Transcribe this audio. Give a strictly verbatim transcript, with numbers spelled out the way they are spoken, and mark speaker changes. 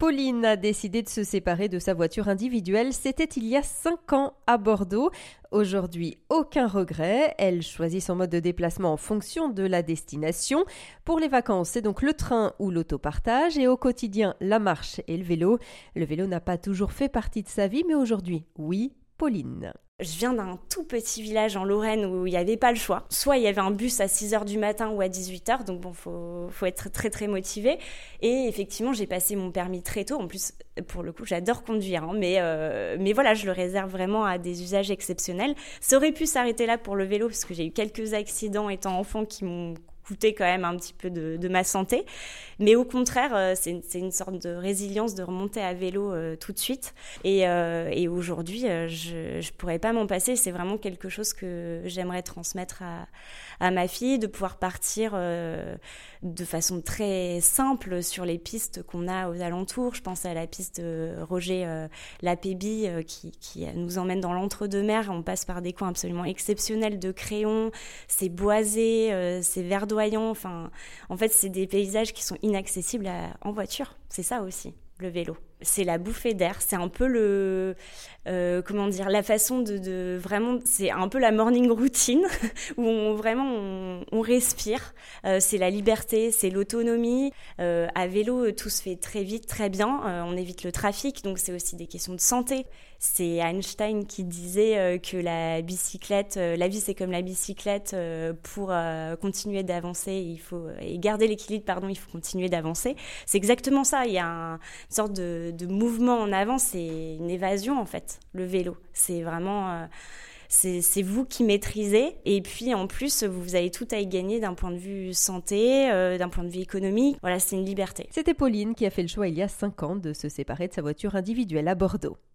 Speaker 1: Pauline a décidé de se séparer de sa voiture individuelle. C'était il y a cinq ans à Bordeaux. Aujourd'hui, aucun regret. Elle choisit son mode de déplacement en fonction de la destination. Pour les vacances, c'est donc le train ou l'autopartage et au quotidien, la marche et le vélo. Le vélo n'a pas toujours fait partie de sa vie, mais aujourd'hui, oui, Pauline.
Speaker 2: Je viens d'un tout petit village en Lorraine où il n'y avait pas le choix. Soit il y avait un bus à six heures du matin ou à dix-huit heures, donc bon, faut, faut être très très motivé. Et effectivement, j'ai passé mon permis très tôt. En plus, pour le coup, j'adore conduire, hein, mais, euh, mais voilà, je le réserve vraiment à des usages exceptionnels. Ça aurait pu s'arrêter là pour le vélo, parce que j'ai eu quelques accidents étant enfant qui m'ont coûté quand même un petit peu de, de ma santé. Mais au contraire, euh, c'est, une, c'est une sorte de résilience de remonter à vélo euh, tout de suite. Et, euh, et aujourd'hui, euh, je ne pourrais pas m'en passer. C'est vraiment quelque chose que j'aimerais transmettre à, à ma fille, de pouvoir partir euh, de façon très simple sur les pistes qu'on a aux alentours. Je pense à la piste de Roger euh, Lapéby euh, qui, qui nous emmène dans l'entre-deux-mers. On passe par des coins absolument exceptionnels de Créon. C'est boisé, euh, c'est verdoyant. Enfin, en fait, c'est des paysages qui sont inaccessibles à, en voiture. C'est ça aussi, le vélo. C'est la bouffée d'air. C'est un peu le, euh, comment dire, la façon de, de vraiment, c'est un peu la morning routine où on vraiment on, on respire. Euh, c'est la liberté, c'est l'autonomie. Euh, à vélo, tout se fait très vite, très bien. Euh, on évite le trafic, donc c'est aussi des questions de santé. C'est Einstein qui disait euh, que la bicyclette, euh, la vie c'est comme la bicyclette. Euh, pour euh, continuer d'avancer, il faut et garder l'équilibre, pardon, il faut continuer d'avancer. C'est exactement ça. Il y a un, une sorte de de mouvement en avant, c'est une évasion en fait, le vélo. C'est vraiment, euh, c'est, c'est vous qui maîtrisez et puis en plus, vous avez tout à y gagner d'un point de vue santé, euh, d'un point de vue économique. Voilà, c'est une liberté.
Speaker 1: C'était Pauline qui a fait le choix il y a cinq ans de se séparer de sa voiture individuelle à Bordeaux.